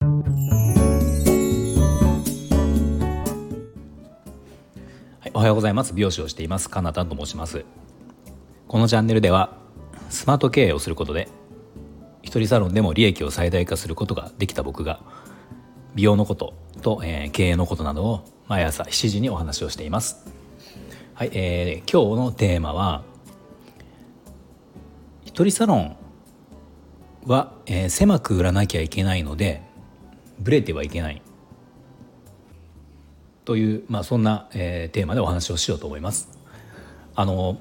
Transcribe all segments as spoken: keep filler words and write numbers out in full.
はい、おはようございます。美容師をしていますカナタンと申します。このチャンネルではスマート経営をすることで一人サロンでも利益を最大化することができた僕が美容のことと、えー、経営のことなどを毎朝しちじにお話をしています。はい、えー、今日のテーマは一人サロンは、えー、狭く売らなきゃいけないのでブレてはいけないという、まあ、そんな、えー、テーマでお話をしようと思います。あの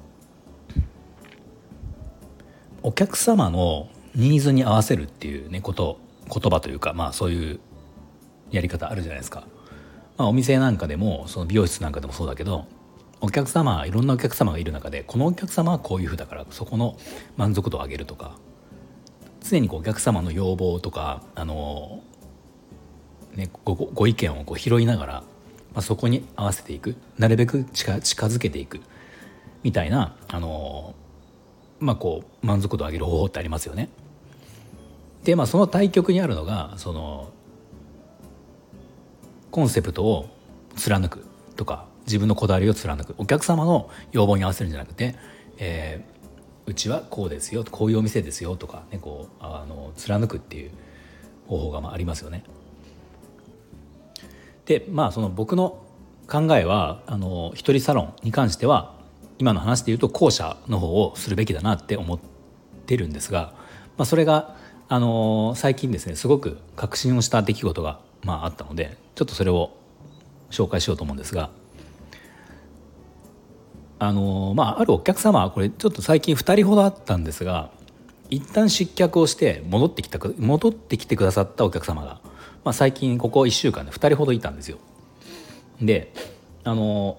お客様のニーズに合わせるっていうねこと言葉というか、まあそういうやり方あるじゃないですか。まあ、お店なんかでもその美容室なんかでもそうだけど、お客様いろんなお客様がいる中でこのお客様はこういうふうだからそこの満足度を上げるとか、常にこうお客様の要望とかあの、ね、ご, ご意見をこう拾いながら、まあ、そこに合わせていく、なるべく近近づけていくみたいなあの、まあ、こう満足度を上げる方法ってありますよね。で、まあ、その対極にあるのがそのコンセプトを貫くとか、自分のこだわりを貫く、お客様の要望に合わせるんじゃなくて、えー、うちはこうですよ、こういうお店ですよとかね、こうあの貫くっていう方法がまあありますよね。で、まあその僕の考えはあの一人サロンに関しては今の話で言うと後者の方をするべきだなって思ってるんですが、まあ、それがあの最近ですねすごく確信をした出来事がまああったので、ちょっとそれを紹介しようと思うんですが、あのまああるお客様はこれちょっと最近ふたりほどあったんですが、一旦失脚をして戻ってきた戻ってきてくださったお客様が、まあ、最近ここいっしゅうかんでふたりほどいたんですよ。で、あの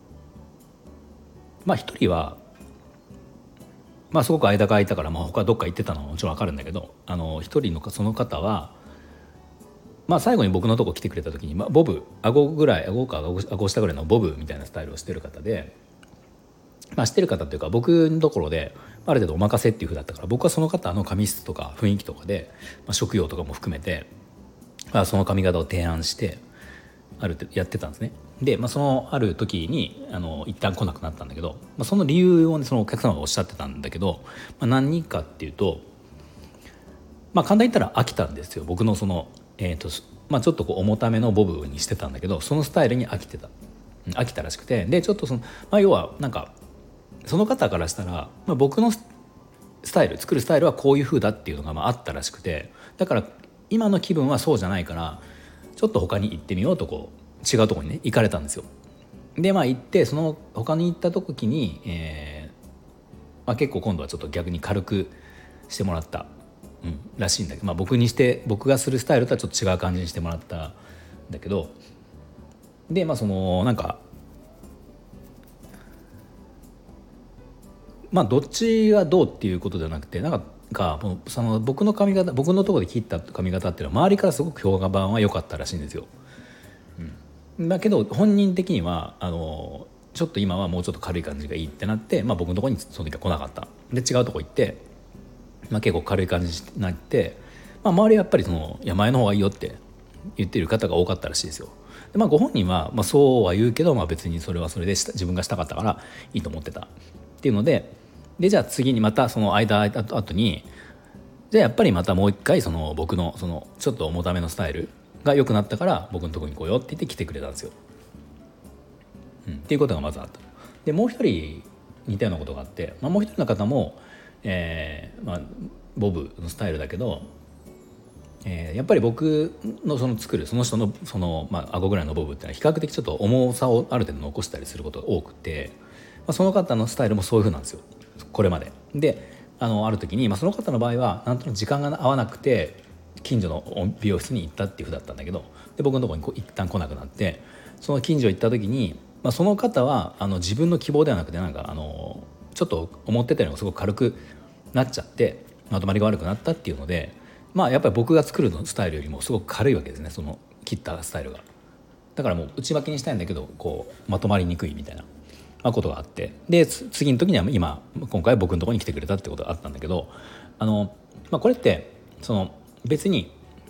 まあひとりはまあすごく間が空いたから、まあ、他どっか行ってたのはもちろん分かるんだけど、あのひとりのその方は、まあ、最後に僕のとこ来てくれた時に、まあ、ボブ顎ぐらい顎か顎顎下ぐらいのボブみたいなスタイルをしてる方で、まあ、してる方っていうか僕のところである程度お任せっていう風だったから、僕はその方の髪質とか雰囲気とかで、まあ、食用とかも含めて、まあ、その髪型を提案してある程度やってたんですね。で、まあ、そのある時にあの一旦来なくなったんだけど、まあ、その理由を、ね、そのお客様がおっしゃってたんだけど、まあ、何人かっていうと、まあ、簡単に言ったら飽きたんですよ。僕のその、えーとまあ、ちょっとこう重ためのボブにしてたんだけど、そのスタイルに飽きてた飽きたらしくて、でちょっとその、まあ、要はなんかその方からしたら、まあ、僕のスタイル作るスタイルはこういう風だっていうのがまああったらしくて、だから今の気分はそうじゃないからちょっと他に行ってみようとこう違うところにね行かれたんですよ。でまあ行って、その他に行った時に、えーまあ、結構今度はちょっと逆に軽くしてもらった、うん、らしいんだけど、まあ、僕にして僕がするスタイルとはちょっと違う感じにしてもらったんだけど、でまあそのなんかまあどっちがどうっていうことではなくて、なんかかその僕の髪型僕のところで切った髪型っていうのは周りからすごく評判は良かったらしいんですよ。うん、だけど本人的にはあのちょっと今はもうちょっと軽い感じがいいってなって、まあ、僕のところにその時は来なかった。で違うとこ行って、まあ、結構軽い感じになって、まあ、周りはやっぱりそのいや前の方がいいよって言ってる方が多かったらしいですよ。で、まあ、ご本人は、まあ、そうは言うけど、まあ、別にそれはそれでした自分がしたかったからいいと思ってたっていうので、でじゃあ次にまたその間空いた後に、じゃあやっぱりまたもう一回その僕のそのちょっと重ためのスタイルが良くなったから僕のところに来ようって言って来てくれたんですよ。うん、っていうことがまずあった。でもう一人似たようなことがあって、まあ、もう一人の方も、えーまあ、ボブのスタイルだけど、えー、やっぱり僕のその作るその人のその、まあ、顎ぐらいのボブってのは比較的ちょっと重さをある程度残したりすることが多くて、まあ、その方のスタイルもそういう風なんですよこれまで。であのある時に、まあ、その方の場合はなんとなく時間が合わなくて近所の美容室に行ったっていう風だったんだけど、で僕のところにこう一旦来なくなって、その近所行った時に、まあ、その方はあの自分の希望ではなくてなんかあのちょっと思ってたよりもすごく軽くなっちゃってまとまりが悪くなったっていうので、まあやっぱり僕が作るのスタイルよりもすごく軽いわけですね、その切ったスタイルが。だからもう内巻きにしたいんだけどこうまとまりにくいみたいな、まあ、ことがあって、で次の時には今今回僕のところに来てくれたってことがあったんだけど、あの、まあ、これってその別に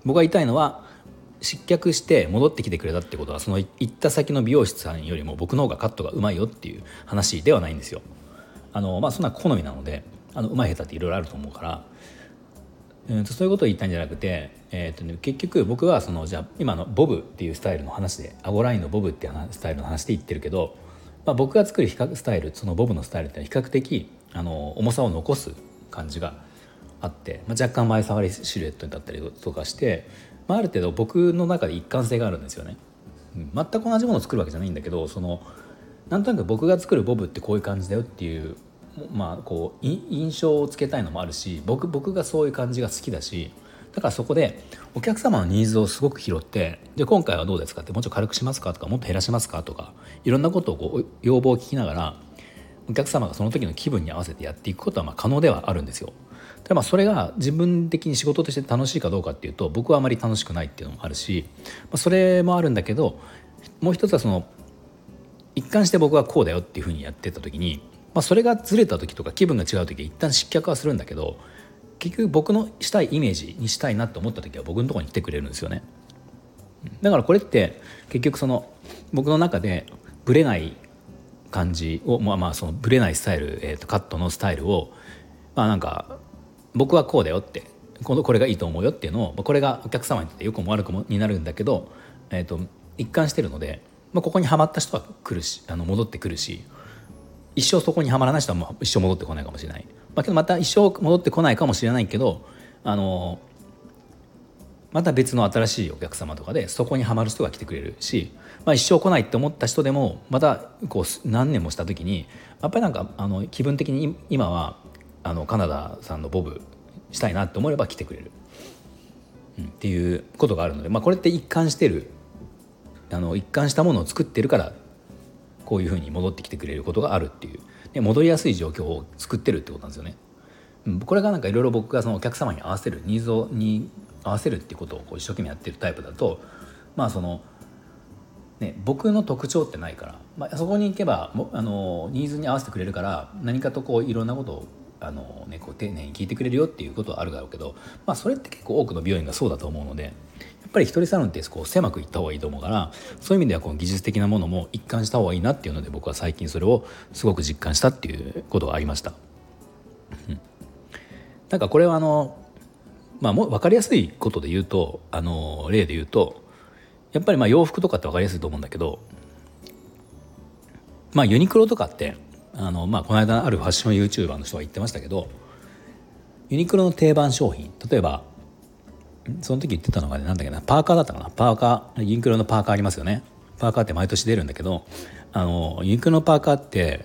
僕が言いたいのは、失脚して戻ってきてくれたってことは、その行った先の美容師さんよりも僕の方がカットがうまいよっていう話ではないんですよ。あのまあそんな好みなので、あのうまい下手っていろいろあると思うから、うんとそういうことを言ったんじゃなくて、えーとね、結局僕はそのじゃあ今のボブっていうスタイルの話で、アゴラインのボブっていうスタイルの話で言ってるけど、まあ、僕が作る比較スタイル、そのボブのスタイルって比較的あの重さを残す感じがあって、まあ、若干前触りシルエットだったりとかして、まあ、ある程度僕の中で一貫性があるんですよね。うん、全く同じものを作るわけじゃないんだけど、そのなんとなく僕が作るボブってこういう感じだよっていう、まあ、こう印象をつけたいのもあるし、僕僕がそういう感じが好きだし、だからそこでお客様のニーズをすごく拾って、で今回はどうですかって、もうちょっと軽くしますかとか、もっと減らしますかとか、いろんなことをこう要望を聞きながら、お客様がその時の気分に合わせてやっていくことはまあ可能ではあるんですよ。でまあそれが自分的に仕事として楽しいかどうかっていうと、僕はあまり楽しくないっていうのもあるし、まあ、それもあるんだけど、もう一つはその一貫して僕はこうだよっていうふうにやってった時に、まあ、それがずれた時とか気分が違う時は一旦失脚はするんだけど、結局僕のしたいイメージにしたいなと思った時は僕のところに来てくれるんですよね。だからこれって結局その僕の中でブレない感じを、まあまあそのブレないスタイル、えー、とカットのスタイルを、まあなんか僕はこうだよって、このこれがいいと思うよっていうのを、これがお客様にとって良くも悪くもになるんだけど、えー、と一貫してるので、まあ、ここにはまった人は来るし、あの戻ってくるし、一生そこにはまらない人はもう一生戻ってこないかもしれない、まあ、けどまた一生戻ってこないかもしれないけど、あのまた別の新しいお客様とかでそこにはまる人が来てくれるし、まあ、一生来ないって思った人でもまたこう何年もした時にやっぱりなんかあの気分的に今はあのカナダさんのボブしたいなって思えば来てくれる、うん、っていうことがあるので、まあ、これって一貫してる、あの一貫したものを作ってるからこういうふうに戻ってきてくれることがあるっていう、で戻りやすい状況を作ってるってことなんですよね。うん、これがなんかいろいろ僕がそのお客様に合わせるニーズをに合わせるっていうことをこう一生懸命やってるタイプだと、まあそのね、僕の特徴ってないから、まあ、そこに行けばもあのニーズに合わせてくれるから、何かとこういろんなことをあの、ね、こう丁寧に聞いてくれるよっていうことはあるだろうけど、まあ、それって結構多くの美容院がそうだと思うので、やっぱり一人サロンってこう狭くいった方がいいと思うから、そういう意味ではこの技術的なものも一貫した方がいいなっていうので、僕は最近それをすごく実感したっていうことがありました。うん、なんかこれはあの、まあ、もう分かりやすいことで言うと、あの例で言うと、やっぱりまあ洋服とかって分かりやすいと思うんだけど、まあユニクロとかってあの、まあ、この間あるファッション YouTuber の人が言ってましたけど、ユニクロの定番商品、例えばその時言ってたのがね、なんだっけな、パーカーだったかな、パーカー、ユニクロのパーカーありますよね。パーカーって毎年出るんだけど、あのユニクロのパーカーって、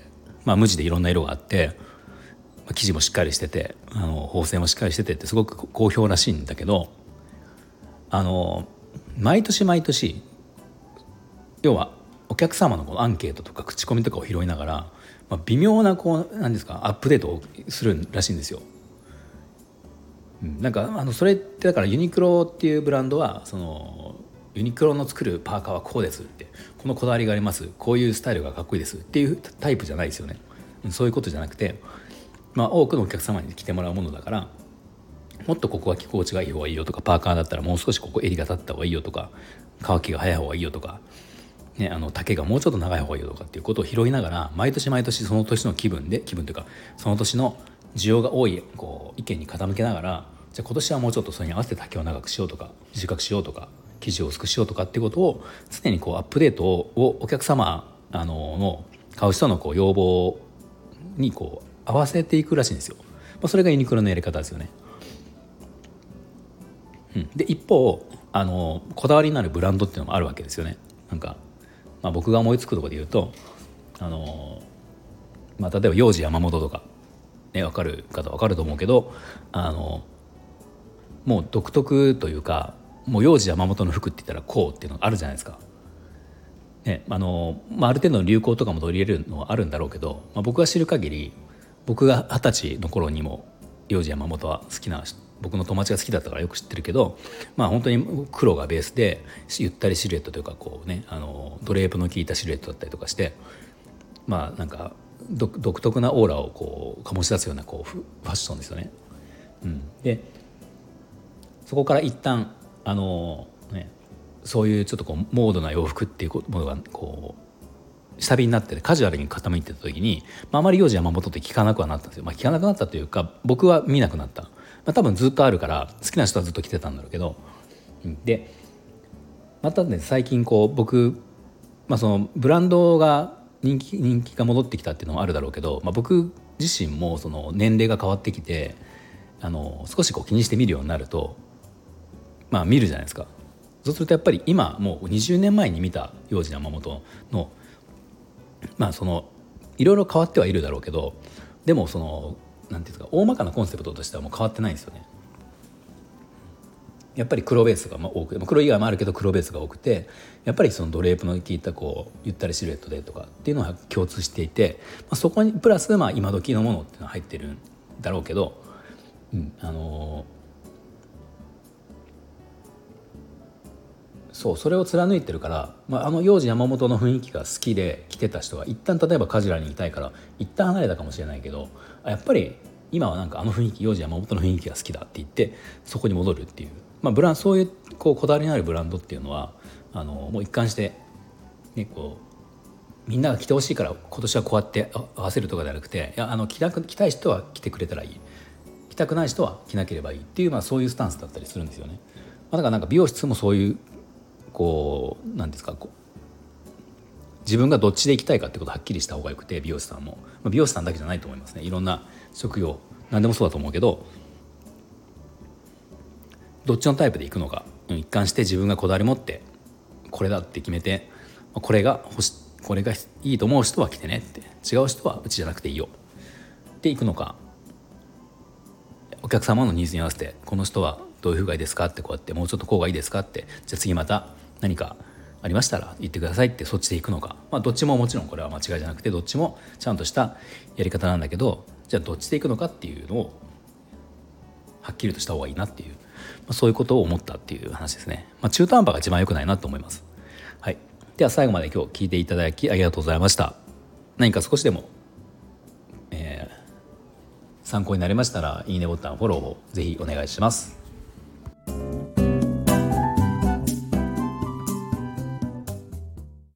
まあ、無地でいろんな色があって、生地もしっかりしてて、あの縫製もしっかりしててってすごく好評らしいんだけど、あの毎年毎年要はお客様のこのアンケートとか口コミとかを拾いながら、まあ、微妙なこうなんですかアップデートをするらしいんですよ。うん、なんかあのそれってだからユニクロっていうブランドはそのユニクロの作るパーカーはこうですって、このこだわりがあります、こういうスタイルがかっこいいですっていうタイプじゃないですよね。そういうことじゃなくて、まあ、多くのお客様に来てもらうものだから、もっとここは着心地がいい方がいいよとか、パーカーだったらもう少しここ襟が立った方がいいよとか、乾きが早い方がいいよとか、ね、あの丈がもうちょっと長い方がいいよとかっていうことを拾いながら、毎年毎年その年の気分で気分というかその年の需要が多いこう意見に傾けながら、じゃあ今年はもうちょっとそれに合わせて丈を長くしようとか短くしようとか生地を薄くしようとかっていうことを常にこうアップデートをお客様あのの買う人のこう要望にこう合わせていくらしいんですよ。まあ、それがユニクロのやり方ですよね。うん、で一方あのこだわりになるブランドっていうのもあるわけですよね。なんか、まあ、僕が思いつくところで言うとあの、まあ、例えば幼児山本とか、ね、分かる方分かると思うけど、あのもう独特というか、もう幼児山本の服って言ったらこうっていうのがあるじゃないですか。ね、あのまあ、ある程度の流行とかも取り入れるのはあるんだろうけど、まあ、僕が知る限り、僕が二十歳の頃にも幼児山本は好きな、僕の友達が好きだったからよく知ってるけど、まあ本当に黒がベースでゆったりシルエットというかこうね、あのドレープの効いたシルエットだったりとかして、まあなんか独特なオーラをこう醸し出すようなこうファッションですよね。うん、でそこから一旦あのねそういうちょっとこうモードな洋服っていうものがこう下火になっててカジュアルに傾いてた時に、まあ、あまり幼児山本って聞かなくはなったんですよ。まあ、聞かなくなったというか僕は見なくなった、まあ、多分ずっとあるから好きな人はずっと着てたんだろうけど、でまたね最近こう僕、まあ、そのブランドが人気人気が戻ってきたっていうのもあるだろうけど、まあ、僕自身もその年齢が変わってきてあの少しこう気にして見るようになると、まあ見るじゃないですか。そうするとやっぱり今もうにじゅうねんまえに見た幼児山本のまあそのいろいろ変わってはいるだろうけど、でもそのなんていうんですか大まかなコンセプトとしてはもう変わってないんですよね。やっぱり黒ベースが多くて、黒以外もあるけど黒ベースが多くて、やっぱりそのドレープの効いたこうゆったりシルエットでとかっていうのは共通していて、まあ、そこにプラスまあ今時のものっていうのは入ってるんだろうけど、うん、あのー、そうそれを貫いてるから、まあ、あの幼児山本の雰囲気が好きで来てた人が一旦例えばカジュアルにいたいから一旦離れたかもしれないけど、やっぱり今はなんかあの雰囲気幼児山本の雰囲気が好きだって言ってそこに戻るっていう。まあ、ブランそういうこうこだわりのあるブランドっていうのはあのもう一貫して、ね、こうみんなが着てほしいから今年はこうやって合わせるとかではなくて、いやあの着たく着たい人は着てくれたらいい、着たくない人は着なければいいっていう、まあ、そういうスタンスだったりするんですよね。まあ、だからなんか美容室もそういうこうなんですかこう自分がどっちで行きたいかってことをはっきりした方がよくて、美容師さんも、まあ、美容師さんだけじゃないと思いますね。いろんな職業何でもそうだと思うけど、どっちのタイプでいくのか一貫して自分がこだわり持ってこれだって決めて、これが欲しこれがいいと思う人は着てねって、違う人はうちじゃなくていいよっていくのか、お客様のニーズに合わせてこの人はどういう風がいいですかってこうやってもうちょっとこうがいいですかって、じゃあ次また何かありましたら言ってくださいってそっちでいくのか、まあ、どっちももちろんこれは間違いじゃなくてどっちもちゃんとしたやり方なんだけど、じゃあどっちでいくのかっていうのをはっきりとした方がいいなっていう、まあ、そういうことを思ったっていう話ですね。まあ、中途半端が一番良くないなと思います。はい、では最後まで今日聞いていただきありがとうございました。何か少しでも、えー、参考になりましたらいいねボタンフォローをぜひお願いします。